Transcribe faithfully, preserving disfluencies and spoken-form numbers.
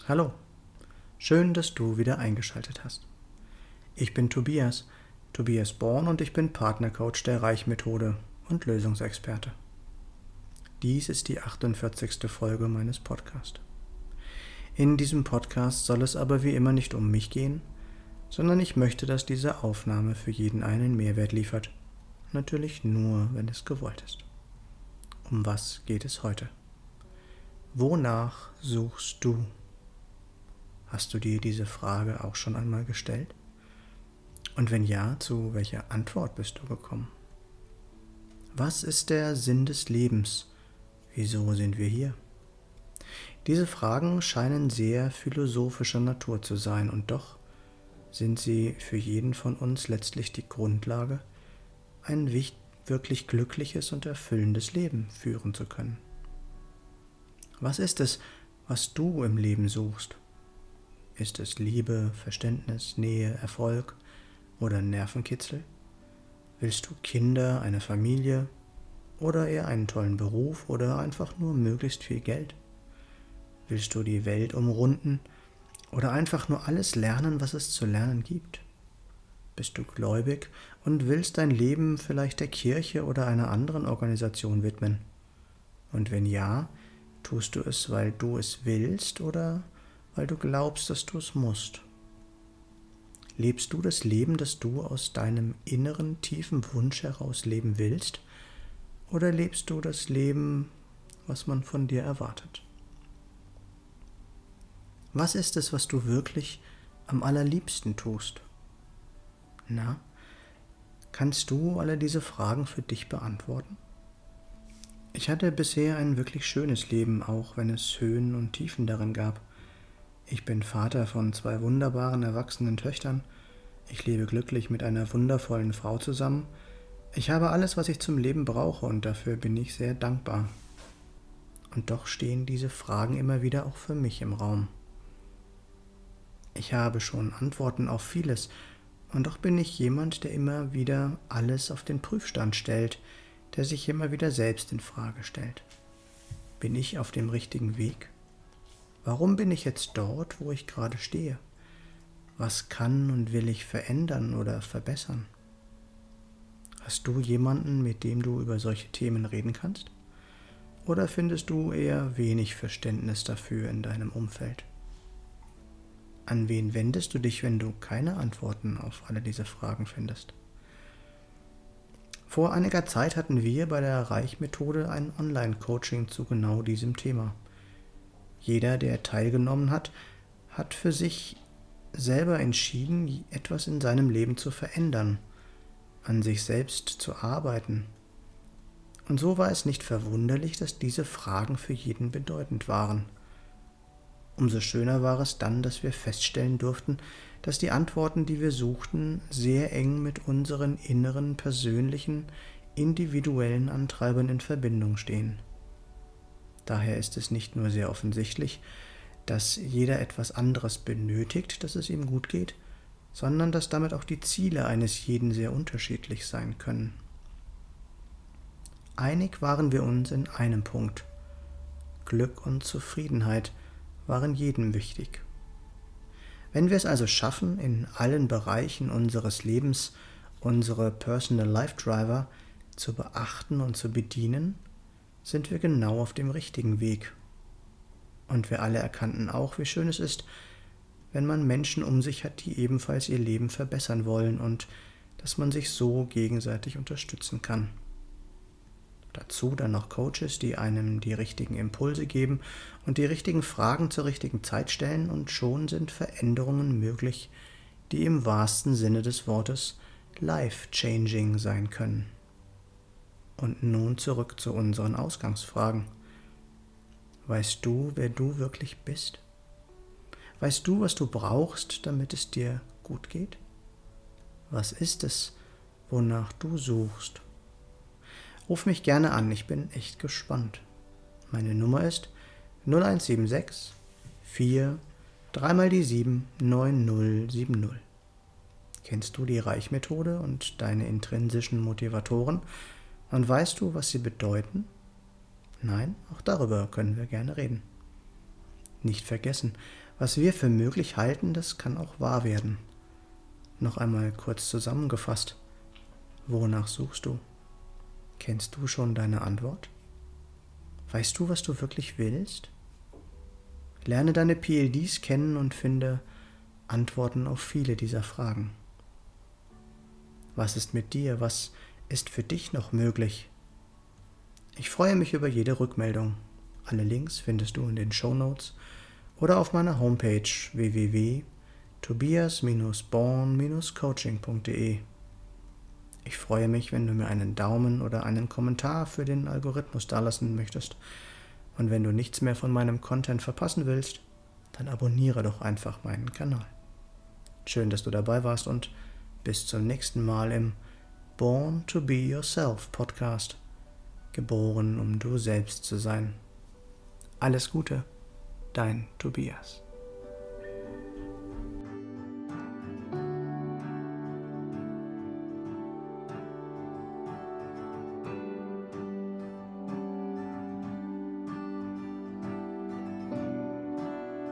Hallo, schön, dass du wieder eingeschaltet hast. Ich bin Tobias, Tobias Born und ich bin Partnercoach der Reich-Methode und Lösungsexperte. Dies ist die achtundvierzigste Folge meines Podcasts. In diesem Podcast soll es aber wie immer nicht um mich gehen, sondern ich möchte, dass diese Aufnahme für jeden einen Mehrwert liefert. Natürlich nur, wenn es gewollt ist. Um was geht es heute? Wonach suchst du? Hast du dir diese Frage auch schon einmal gestellt? Und wenn ja, zu welcher Antwort bist du gekommen? Was ist der Sinn des Lebens? Wieso sind wir hier? Diese Fragen scheinen sehr philosophischer Natur zu sein, und doch sind sie für jeden von uns letztlich die Grundlage, ein wirklich glückliches und erfüllendes Leben führen zu können. Was ist es, was du im Leben suchst? Ist es Liebe, Verständnis, Nähe, Erfolg oder Nervenkitzel? Willst du Kinder, eine Familie oder eher einen tollen Beruf oder einfach nur möglichst viel Geld? Willst du die Welt umrunden oder einfach nur alles lernen, was es zu lernen gibt? Bist du gläubig und willst dein Leben vielleicht der Kirche oder einer anderen Organisation widmen? Und wenn ja, tust du es, weil du es willst oder weil du glaubst, dass du es musst? Lebst du das Leben, das du aus deinem inneren, tiefen Wunsch heraus leben willst? Oder lebst du das Leben, was man von dir erwartet? Was ist es, was du wirklich am allerliebsten tust? Na, kannst du alle diese Fragen für dich beantworten? Ich hatte bisher ein wirklich schönes Leben, auch wenn es Höhen und Tiefen darin gab. Ich bin Vater von zwei wunderbaren erwachsenen Töchtern. Ich lebe glücklich mit einer wundervollen Frau zusammen. Ich habe alles, was ich zum Leben brauche, und dafür bin ich sehr dankbar. Und doch stehen diese Fragen immer wieder auch für mich im Raum. Ich habe schon Antworten auf vieles, und doch bin ich jemand, der immer wieder alles auf den Prüfstand stellt, der sich immer wieder selbst in Frage stellt. Bin ich auf dem richtigen Weg? Warum bin ich jetzt dort, wo ich gerade stehe? Was kann und will ich verändern oder verbessern? Hast du jemanden, mit dem du über solche Themen reden kannst? Oder findest du eher wenig Verständnis dafür in deinem Umfeld? An wen wendest du dich, wenn du keine Antworten auf alle diese Fragen findest? Vor einiger Zeit hatten wir bei der Reich-Methode ein Online-Coaching zu genau diesem Thema. Jeder, der teilgenommen hat, hat für sich selber entschieden, etwas in seinem Leben zu verändern, an sich selbst zu arbeiten. Und so war es nicht verwunderlich, dass diese Fragen für jeden bedeutend waren. Umso schöner war es dann, dass wir feststellen durften, dass die Antworten, die wir suchten, sehr eng mit unseren inneren, persönlichen, individuellen Antreibern in Verbindung stehen. Daher ist es nicht nur sehr offensichtlich, dass jeder etwas anderes benötigt, dass es ihm gut geht, sondern dass damit auch die Ziele eines jeden sehr unterschiedlich sein können. Einig waren wir uns in einem Punkt. Glück und Zufriedenheit waren jedem wichtig. Wenn wir es also schaffen, in allen Bereichen unseres Lebens unsere Personal Life Driver zu beachten und zu bedienen, sind wir genau auf dem richtigen Weg. Und wir alle erkannten auch, wie schön es ist, wenn man Menschen um sich hat, die ebenfalls ihr Leben verbessern wollen, und dass man sich so gegenseitig unterstützen kann. Dazu dann noch Coaches, die einem die richtigen Impulse geben und die richtigen Fragen zur richtigen Zeit stellen, und schon sind Veränderungen möglich, die im wahrsten Sinne des Wortes life-changing sein können. Und nun zurück zu unseren Ausgangsfragen. Weißt du, wer du wirklich bist? Weißt du, was du brauchst, damit es dir gut geht? Was ist es, wonach du suchst? Ruf mich gerne an, ich bin echt gespannt. Meine Nummer ist null eins sieben sechs vier drei mal die sieben neun null sieben null. Kennst du die Reich-Methode und deine intrinsischen Motivatoren? Und weißt du, was sie bedeuten? Nein, auch darüber können wir gerne reden. Nicht vergessen, Was wir für möglich halten, das kann auch wahr werden. Noch einmal kurz zusammengefasst. Wonach suchst du? Kennst du schon deine Antwort? Weißt du, was du wirklich willst? Lerne deine P L Ds kennen und finde Antworten auf viele dieser Fragen. Was ist mit dir? Was ist für dich noch möglich? Ich freue mich über jede Rückmeldung. Alle Links findest du in den Shownotes oder auf meiner Homepage w w w punkt tobias born dash coaching punkt de. Ich freue mich, wenn du mir einen Daumen oder einen Kommentar für den Algorithmus dalassen möchtest. Und wenn du nichts mehr von meinem Content verpassen willst, dann abonniere doch einfach meinen Kanal. Schön, dass du dabei warst und bis zum nächsten Mal im Born to be Yourself Podcast. Geboren, um du selbst zu sein. Alles Gute, dein Tobias.